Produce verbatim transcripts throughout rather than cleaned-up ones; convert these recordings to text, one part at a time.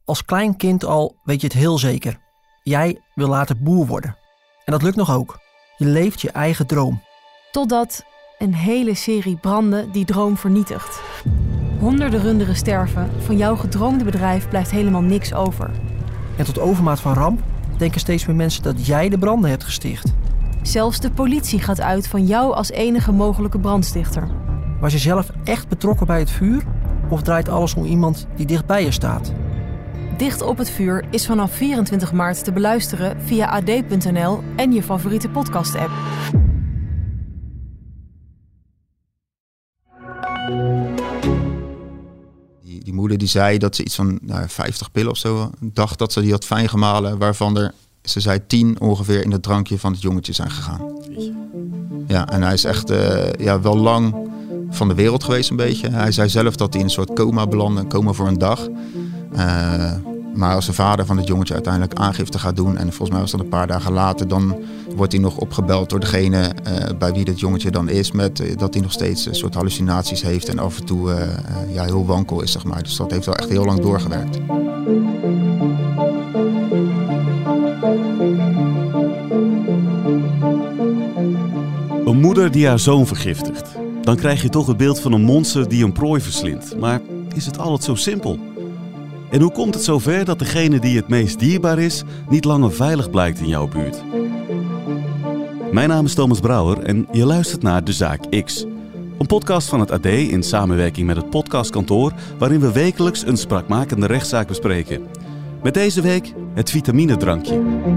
Als klein kind al weet je het heel zeker. Jij wil later boer worden. En dat lukt nog ook. Je leeft je eigen droom. Totdat een hele serie branden die droom vernietigt. Honderden runderen sterven. Van jouw gedroomde bedrijf blijft helemaal niks over. En tot overmaat van ramp denken steeds meer mensen dat jij de branden hebt gesticht. Zelfs de politie gaat uit van jou als enige mogelijke brandstichter. Was je zelf echt betrokken bij het vuur? Of draait alles om iemand die dichtbij je staat? Dicht op het vuur is vanaf vierentwintig maart te beluisteren via a d punt n l en je favoriete podcast-app. Die, die moeder die zei dat ze iets van nou, vijftig pillen of zo dacht dat ze die had fijn gemalen, waarvan er, ze zei, tien ongeveer in het drankje van het jongetje zijn gegaan. Ja, en hij is echt uh, ja, wel lang van de wereld geweest een beetje. Hij zei zelf dat hij in een soort coma belandde, een coma voor een dag. Uh, maar als de vader van het jongetje uiteindelijk aangifte gaat doen, en volgens mij was dat een paar dagen later, dan wordt hij nog opgebeld door degene uh, bij wie dat jongetje dan is, met uh, dat hij nog steeds een soort hallucinaties heeft en af en toe uh, uh, ja, heel wankel is, zeg maar. Dus dat heeft wel echt heel lang doorgewerkt. Een moeder die haar zoon vergiftigt. Dan krijg je toch het beeld van een monster die een prooi verslindt. Maar is het altijd zo simpel? En hoe komt het zover dat degene die het meest dierbaar is niet langer veilig blijkt in jouw buurt? Mijn naam is Thomas Brouwer en je luistert naar De Zaak X. Een podcast van het A D in samenwerking met het podcastkantoor, waarin we wekelijks een spraakmakende rechtszaak bespreken. Met deze week het vitaminedrankje.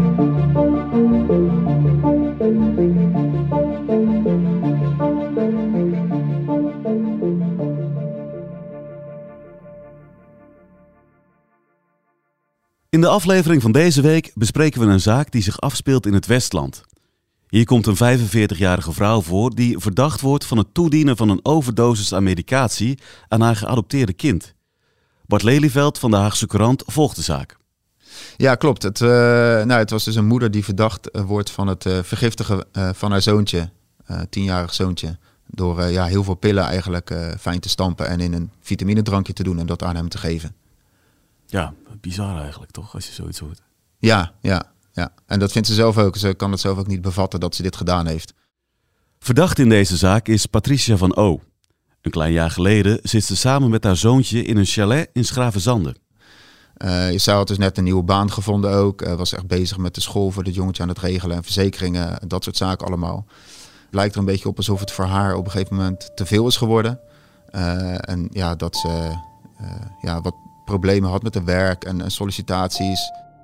In de aflevering van deze week bespreken we een zaak die zich afspeelt in het Westland. Hier komt een vijfenveertigjarige vrouw voor die verdacht wordt van het toedienen van een overdosis aan medicatie aan haar geadopteerde kind. Bart Lelyveld van de Haagse Courant volgt de zaak. Ja, klopt. Het, uh, nou, het was dus een moeder die verdacht uh, wordt van het uh, vergiftigen uh, van haar zoontje, uh, tienjarig zoontje, door uh, ja, heel veel pillen eigenlijk uh, fijn te stampen en in een vitaminedrankje te doen en dat aan hem te geven. Ja, bizar eigenlijk toch, als je zoiets hoort. Ja, ja, ja. En dat vindt ze zelf ook. Ze kan het zelf ook niet bevatten dat ze dit gedaan heeft. Verdacht in deze zaak is Patricia van O. Een klein jaar geleden zit ze samen met haar zoontje in een chalet in Schravenzande. Uh, zij had dus net een nieuwe baan gevonden ook. Uh, was echt bezig met de school voor het jongetje aan het regelen en verzekeringen, dat soort zaken allemaal. Lijkt er een beetje op alsof het voor haar op een gegeven moment te veel is geworden. Uh, en ja, dat ze uh, ja, wat problemen had met haar werk en, en sollicitaties.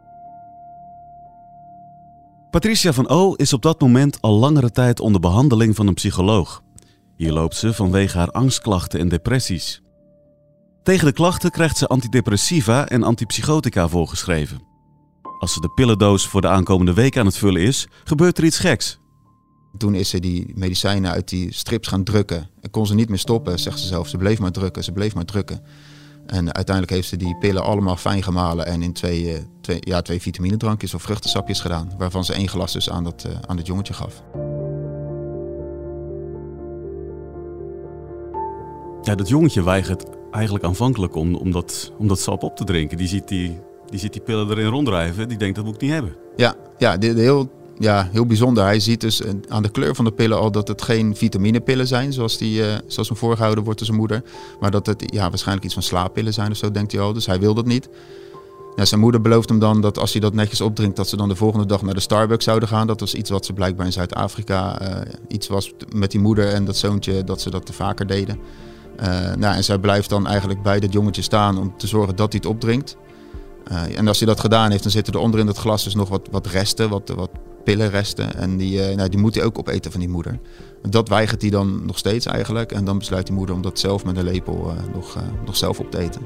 Patricia van O is op dat moment al langere tijd onder behandeling van een psycholoog. Hier loopt ze vanwege haar angstklachten en depressies. Tegen de klachten krijgt ze antidepressiva en antipsychotica voorgeschreven. Als ze de pillendoos voor de aankomende week aan het vullen is, gebeurt er iets geks. Toen is ze die medicijnen uit die strips gaan drukken. En kon ze niet meer stoppen, zegt ze zelf. Ze bleef maar drukken, ze bleef maar drukken. En uiteindelijk heeft ze die pillen allemaal fijn gemalen en in twee, twee, ja, twee vitaminedrankjes of vruchtensapjes gedaan. Waarvan ze één glas dus aan dat, uh, aan dat jongetje gaf. Ja, dat jongetje weigert eigenlijk aanvankelijk om, om, dat, om dat sap op te drinken. Die ziet die, die ziet die pillen erin ronddrijven. Die denkt, dat moet ik niet hebben. Ja, ja, de, de heel, ja, heel bijzonder. Hij ziet dus aan de kleur van de pillen al dat het geen vitaminepillen zijn, zoals, die, uh, zoals hem voorgehouden wordt door zijn moeder. Maar dat het ja, waarschijnlijk iets van slaappillen zijn of zo, denkt hij al. Dus hij wil dat niet. Ja, zijn moeder belooft hem dan dat als hij dat netjes opdrinkt, dat ze dan de volgende dag naar de Starbucks zouden gaan. Dat was iets wat ze blijkbaar in Zuid-Afrika, uh, iets was met die moeder en dat zoontje, dat ze dat te vaker deden. Uh, nou, en zij blijft dan eigenlijk bij dat jongetje staan om te zorgen dat hij het opdrinkt. Uh, en als hij dat gedaan heeft, dan zitten er onder in dat glas dus nog wat, wat resten, wat, wat pillenresten. En die, uh, nou, die moet hij ook opeten van die moeder. Dat weigert hij dan nog steeds eigenlijk. En dan besluit die moeder om dat zelf met een lepel uh, nog, uh, nog zelf op te eten.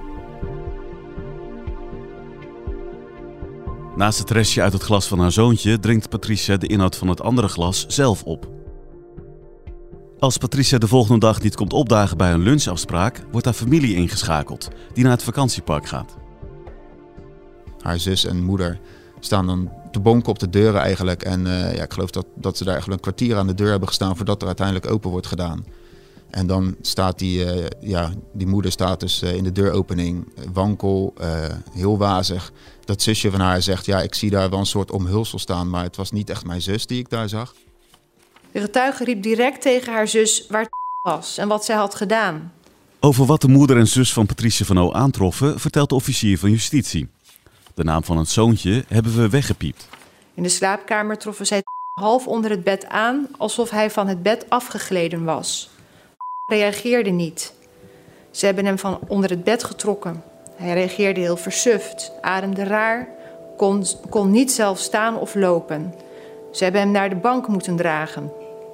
Naast het restje uit het glas van haar zoontje drinkt Patricia de inhoud van het andere glas zelf op. Als Patricia de volgende dag niet komt opdagen bij een lunchafspraak, wordt haar familie ingeschakeld, die naar het vakantiepark gaat. Haar zus en moeder staan dan te bonken op de deuren eigenlijk. En uh, ja, ik geloof dat, dat ze daar eigenlijk een kwartier aan de deur hebben gestaan voordat er uiteindelijk open wordt gedaan. En dan staat die, uh, ja, die moeder staat dus uh, in de deuropening, wankel, uh, heel wazig. Dat zusje van haar zegt, ja, ik zie daar wel een soort omhulsel staan, maar het was niet echt mijn zus die ik daar zag. De getuige riep direct tegen haar zus waar het was en wat zij had gedaan. Over wat de moeder en zus van Patricia van O aantroffen, vertelt de officier van justitie. De naam van het zoontje hebben we weggepiept. In de slaapkamer troffen zij half onder het bed aan, alsof hij van het bed afgegleden was. Reageerde niet. Ze hebben hem van onder het bed getrokken. Hij reageerde heel versuft, ademde raar, kon, kon niet zelf staan of lopen. Ze hebben hem naar de bank moeten dragen.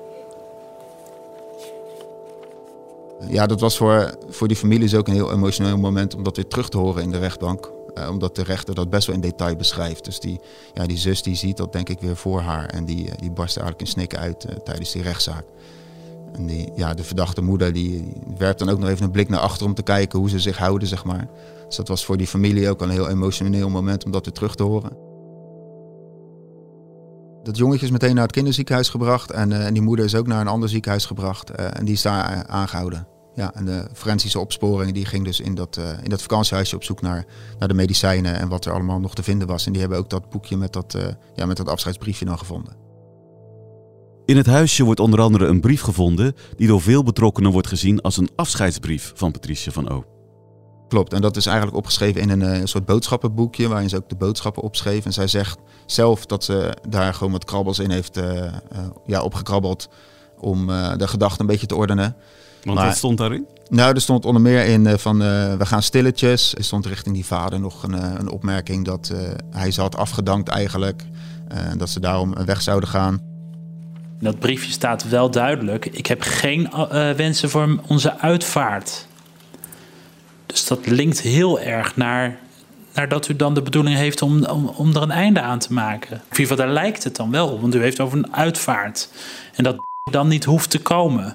Ja, dat was voor, voor die families ook een heel emotioneel moment om dat weer terug te horen in de rechtbank. Uh, omdat de rechter dat best wel in detail beschrijft. Dus die, ja, die zus die ziet dat denk ik weer voor haar. En die, die barst eigenlijk in snikken uit uh, tijdens die rechtszaak. En die, ja, de verdachte moeder die, die werpt dan ook nog even een blik naar achter om te kijken hoe ze zich houden, zeg maar. Dus dat was voor die familie ook een heel emotioneel moment om dat weer terug te horen. Dat jongetje is meteen naar het kinderziekenhuis gebracht. En, uh, en die moeder is ook naar een ander ziekenhuis gebracht. Uh, en die is daar uh, aangehouden. Ja, en de forensische opsporing die ging dus in dat, uh, in dat vakantiehuisje op zoek naar, naar de medicijnen en wat er allemaal nog te vinden was. En die hebben ook dat boekje met dat, uh, ja, met dat afscheidsbriefje dan gevonden. In het huisje wordt onder andere een brief gevonden die door veel betrokkenen wordt gezien als een afscheidsbrief van Patricia van O. Klopt, en dat is eigenlijk opgeschreven in een, een soort boodschappenboekje waarin ze ook de boodschappen opschreef. En zij zegt zelf dat ze daar gewoon wat krabbels in heeft uh, uh, ja, opgekrabbeld om uh, de gedachten een beetje te ordenen. Want maar, wat stond daarin? Nou, er stond onder meer in uh, van uh, we gaan stilletjes. Er stond richting die vader nog een, uh, een opmerking dat uh, hij ze had afgedankt eigenlijk. En uh, dat ze daarom weg zouden gaan. In dat briefje staat wel duidelijk, ik heb geen uh, wensen voor onze uitvaart. Dus dat linkt heel erg naar, naar dat u dan de bedoeling heeft om, om, om er een einde aan te maken. In ieder geval, daar lijkt het dan wel, want u heeft over een uitvaart. En dat dan niet hoeft te komen.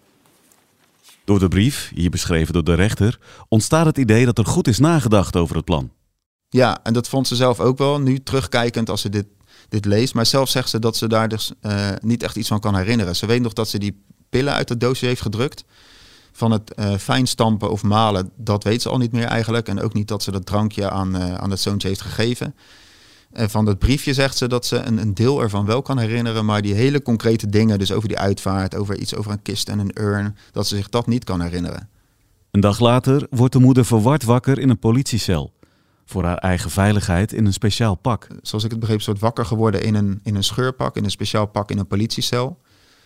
Door de brief, hier beschreven door de rechter, ontstaat het idee dat er goed is nagedacht over het plan. Ja, en dat vond ze zelf ook wel, nu terugkijkend als ze dit, dit leest. Maar zelf zegt ze dat ze daar dus uh, niet echt iets van kan herinneren. Ze weet nog dat ze die pillen uit het doosje heeft gedrukt. Van het uh, fijn stampen of malen, dat weet ze al niet meer eigenlijk. En ook niet dat ze dat drankje aan, uh, aan het zoontje heeft gegeven. En van dat briefje zegt ze dat ze een, een deel ervan wel kan herinneren. Maar die hele concrete dingen, dus over die uitvaart, over iets over een kist en een urn, dat ze zich dat niet kan herinneren. Een dag later wordt de moeder verward wakker in een politiecel. Voor haar eigen veiligheid in een speciaal pak. Zoals ik het begreep, soort wakker geworden in een, in een scheurpak, in een speciaal pak in een politiecel.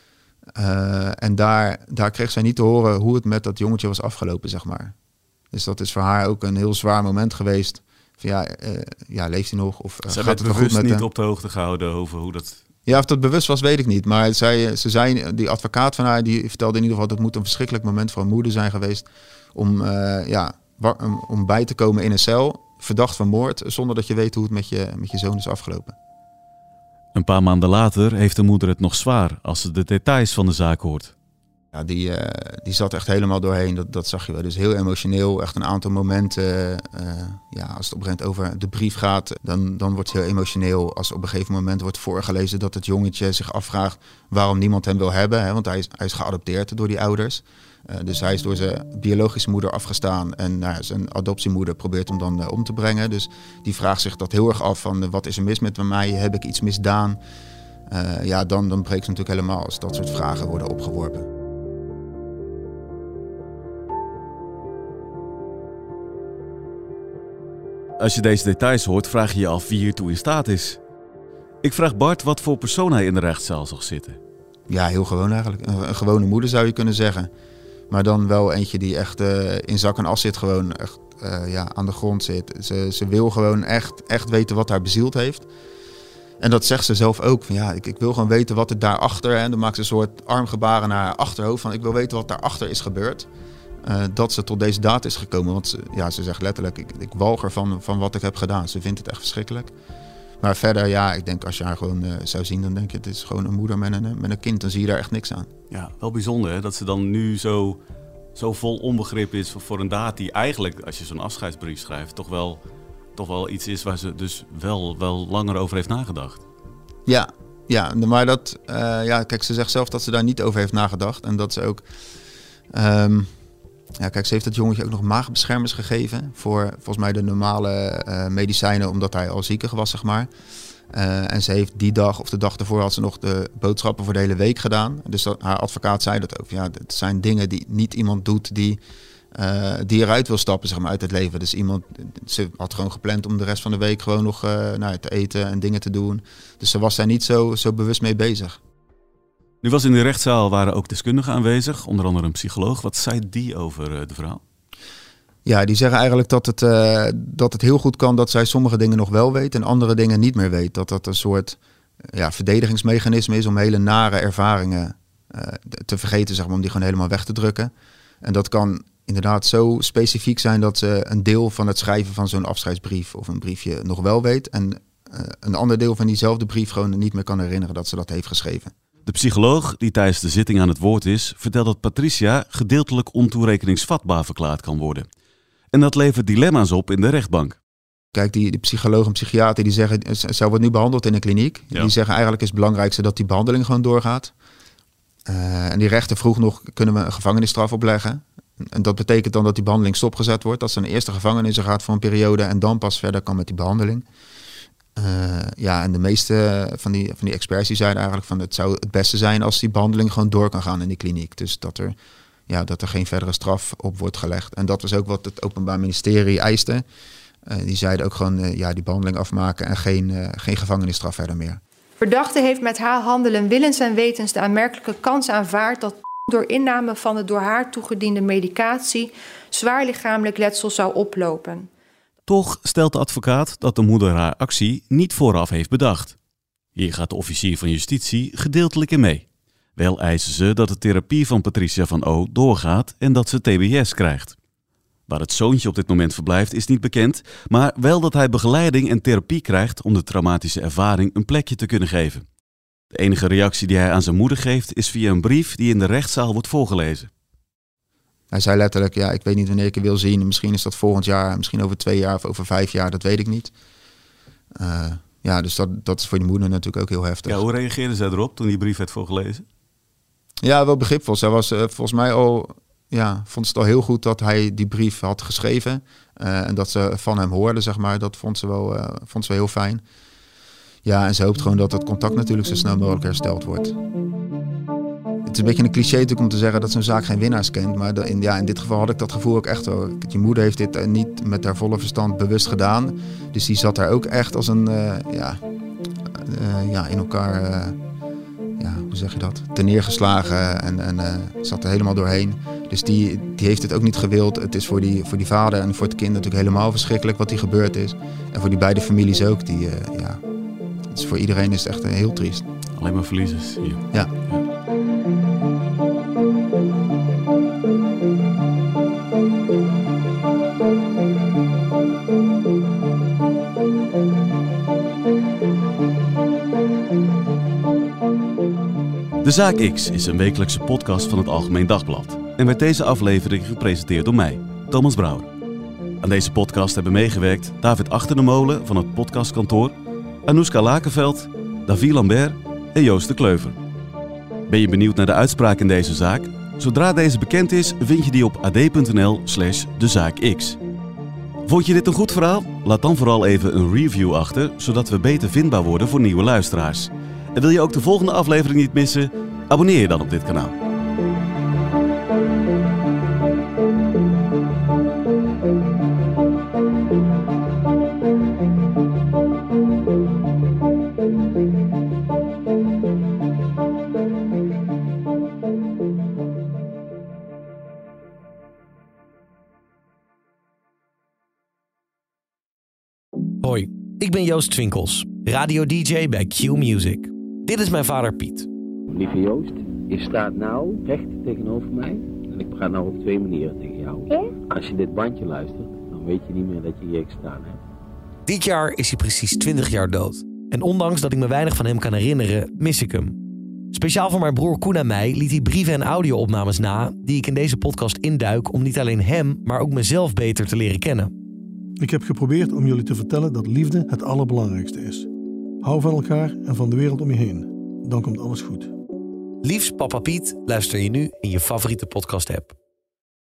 Uh, en daar, daar kreeg zij niet te horen hoe het met dat jongetje was afgelopen, zeg maar. Dus dat is voor haar ook een heel zwaar moment geweest. Van ja, uh, ja, leeft hij nog? Of uh, Zij gaat werd het bewust goed met niet hem? op de hoogte gehouden over hoe dat... Ja, of dat bewust was, weet ik niet. Maar zij, ze zei, die advocaat van haar, die vertelde in ieder geval... dat het moet een verschrikkelijk moment voor een moeder zijn geweest... om, uh, ja, wa- om bij te komen in een cel, verdacht van moord... zonder dat je weet hoe het met je, met je zoon is afgelopen. Een paar maanden later heeft de moeder het nog zwaar als ze de details van de zaak hoort. Ja, die, uh, die zat echt helemaal doorheen, dat, dat zag je wel. Dus heel emotioneel, echt een aantal momenten. Uh, ja, als het op een gegeven moment over de brief gaat, dan, dan wordt het heel emotioneel. Als op een gegeven moment wordt voorgelezen dat het jongetje zich afvraagt waarom niemand hem wil hebben. Hè, want hij is, hij is geadopteerd door die ouders. Uh, dus hij is door zijn biologische moeder afgestaan en nou, zijn adoptiemoeder probeert hem dan uh, om te brengen. Dus die vraagt zich dat heel erg af van uh, wat is er mis met mij, heb ik iets misdaan? Uh, ja, dan, dan breekt ze natuurlijk helemaal als dat soort vragen worden opgeworpen. Als je deze details hoort, vraag je je af wie hiertoe in staat is. Ik vraag Bart wat voor persoon hij in de rechtszaal zag zitten. Ja, heel gewoon eigenlijk. Een, een gewone moeder zou je kunnen zeggen. Maar dan wel eentje die echt uh, in zak en as zit, gewoon echt uh, ja, aan de grond zit. Ze, ze wil gewoon echt, echt weten wat haar bezield heeft. En dat zegt ze zelf ook. Van, ja, ik, ik wil gewoon weten wat er daarachter... En dan maakt ze een soort armgebaren naar haar achterhoofd. Van, ik wil weten wat daarachter is gebeurd. Uh, dat ze tot deze daad is gekomen. Want ze, ja, ze zegt letterlijk, ik, ik walg ervan van wat ik heb gedaan. Ze vindt het echt verschrikkelijk. Maar verder, ja, ik denk als je haar gewoon uh, zou zien... dan denk je, het is gewoon een moeder met een, met een kind. Dan zie je daar echt niks aan. Ja, wel bijzonder hè, dat ze dan nu zo, zo vol onbegrip is voor, voor een daad... die eigenlijk, als je zo'n afscheidsbrief schrijft... toch wel, toch wel iets is waar ze dus wel, wel langer over heeft nagedacht. Ja, ja maar dat... Uh, ja, kijk, ze zegt zelf dat ze daar niet over heeft nagedacht. En dat ze ook... Um, ja, kijk, ze heeft het jongetje ook nog maagbeschermers gegeven voor volgens mij de normale uh, medicijnen, omdat hij al ziekig was, zeg maar. Uh, en ze heeft die dag of de dag ervoor had ze nog de boodschappen voor de hele week gedaan. Dus dat, haar advocaat zei dat ook. Ja, het zijn dingen die niet iemand doet die, uh, die eruit wil stappen, zeg maar, uit het leven. Dus iemand, ze had gewoon gepland om de rest van de week gewoon nog uh, nou, te eten en dingen te doen. Dus ze was daar niet zo, zo bewust mee bezig. Nu was in de rechtszaal waren ook deskundigen aanwezig, onder andere een psycholoog. Wat zei die over uh, de vrouw? Ja, die zeggen eigenlijk dat het, uh, dat het heel goed kan dat zij sommige dingen nog wel weet en andere dingen niet meer weet. Dat dat een soort ja, verdedigingsmechanisme is om hele nare ervaringen uh, te vergeten, zeg maar, om die gewoon helemaal weg te drukken. En dat kan inderdaad zo specifiek zijn dat ze een deel van het schrijven van zo'n afscheidsbrief of een briefje nog wel weet. En uh, een ander deel van diezelfde brief gewoon niet meer kan herinneren dat ze dat heeft geschreven. De psycholoog die tijdens de zitting aan het woord is, vertelt dat Patricia gedeeltelijk ontoerekeningsvatbaar verklaard kan worden. En dat levert dilemma's op in de rechtbank. Kijk, die, die psycholoog en psychiater die zeggen, zij wordt nu behandeld in een kliniek. Ja. Die zeggen eigenlijk is het belangrijkste dat die behandeling gewoon doorgaat. Uh, en die rechter vroeg nog, kunnen we een gevangenisstraf opleggen? En dat betekent dan dat die behandeling stopgezet wordt. Dat ze een eerste gevangenis gaat voor een periode en dan pas verder kan met die behandeling. Uh, ja, en de meeste van die, van die experts die zeiden eigenlijk van het zou het beste zijn als die behandeling gewoon door kan gaan in die kliniek. Dus dat er, ja, dat er geen verdere straf op wordt gelegd. En dat was ook wat het Openbaar Ministerie eiste. Uh, die zeiden ook gewoon uh, ja, die behandeling afmaken en geen, uh, geen gevangenisstraf verder meer. Verdachte heeft met haar handelen willens en wetens de aanmerkelijke kans aanvaard dat door inname van de door haar toegediende medicatie zwaar lichamelijk letsel zou oplopen. Toch stelt de advocaat dat de moeder haar actie niet vooraf heeft bedacht. Hier gaat de officier van justitie gedeeltelijk in mee. Wel eisen ze dat de therapie van Patricia van O doorgaat en dat ze T B S krijgt. Waar het zoontje op dit moment verblijft is niet bekend, maar wel dat hij begeleiding en therapie krijgt om de traumatische ervaring een plekje te kunnen geven. De enige reactie die hij aan zijn moeder geeft is via een brief die in de rechtszaal wordt voorgelezen. Hij zei letterlijk, ja, ik weet niet wanneer ik je wil zien. Misschien is dat volgend jaar, misschien over twee jaar of over vijf jaar, dat weet ik niet. Uh, ja, dus dat, dat is voor die moeder natuurlijk ook heel heftig. Ja, hoe reageerde zij erop toen die brief werd voorgelezen? Ja, wel begripvol. Zij was uh, volgens mij al, ja, vond ze het al heel goed dat hij die brief had geschreven. Uh, en dat ze van hem hoorde, zeg maar. Dat vond ze wel, uh, vond ze wel heel fijn. Ja, en ze hoopt gewoon dat het contact natuurlijk zo snel mogelijk hersteld wordt. Het is een beetje een cliché natuurlijk om te zeggen dat zo'n zaak geen winnaars kent. Maar de, in, ja, in dit geval had ik dat gevoel ook echt wel. Je moeder heeft dit uh, niet met haar volle verstand bewust gedaan. Dus die zat daar ook echt als een, uh, ja, uh, ja, in elkaar, uh, ja, hoe zeg je dat, terneergeslagen en, en uh, zat er helemaal doorheen. Dus die, die heeft het ook niet gewild. Het is voor die, voor die vader en voor het kind natuurlijk helemaal verschrikkelijk wat hier gebeurd is. En voor die beide families ook. Die, uh, ja, het is voor iedereen is het echt uh, heel triest. Alleen maar verliezers hier. Ja. ja. De Zaak X is een wekelijkse podcast van het Algemeen Dagblad en werd deze aflevering gepresenteerd door mij, Thomas Brouwer. Aan deze podcast hebben meegewerkt David Achter de Molen van het podcastkantoor, Anouska Lakenveld, David Lambert en Joost de Kleuver. Ben je benieuwd naar de uitspraak in deze zaak? Zodra deze bekend is, vind je die op ad.nl slash dezaakx. Vond je dit een goed verhaal? Laat dan vooral even een review achter, zodat we beter vindbaar worden voor nieuwe luisteraars. En wil je ook de volgende aflevering niet missen? Abonneer je dan op dit kanaal. Hoi, ik ben Joost Twinkels, radio-D J bij Q Music. Dit is mijn vader Piet. Lieve Joost, je staat nou recht tegenover mij en ik praat nou op twee manieren tegen jou. Ja? Als je dit bandje luistert, dan weet je niet meer dat je hier gestaan hebt. Dit jaar is hij precies twintig jaar dood. En ondanks dat ik me weinig van hem kan herinneren, mis ik hem. Speciaal voor mijn broer Koen en mij liet hij brieven en audio-opnames na die ik in deze podcast induik om niet alleen hem, maar ook mezelf beter te leren kennen. Ik heb geprobeerd om jullie te vertellen dat liefde het allerbelangrijkste is. Hou van elkaar en van de wereld om je heen. Dan komt alles goed. Liefst Papa Piet luister je nu in je favoriete podcast-app.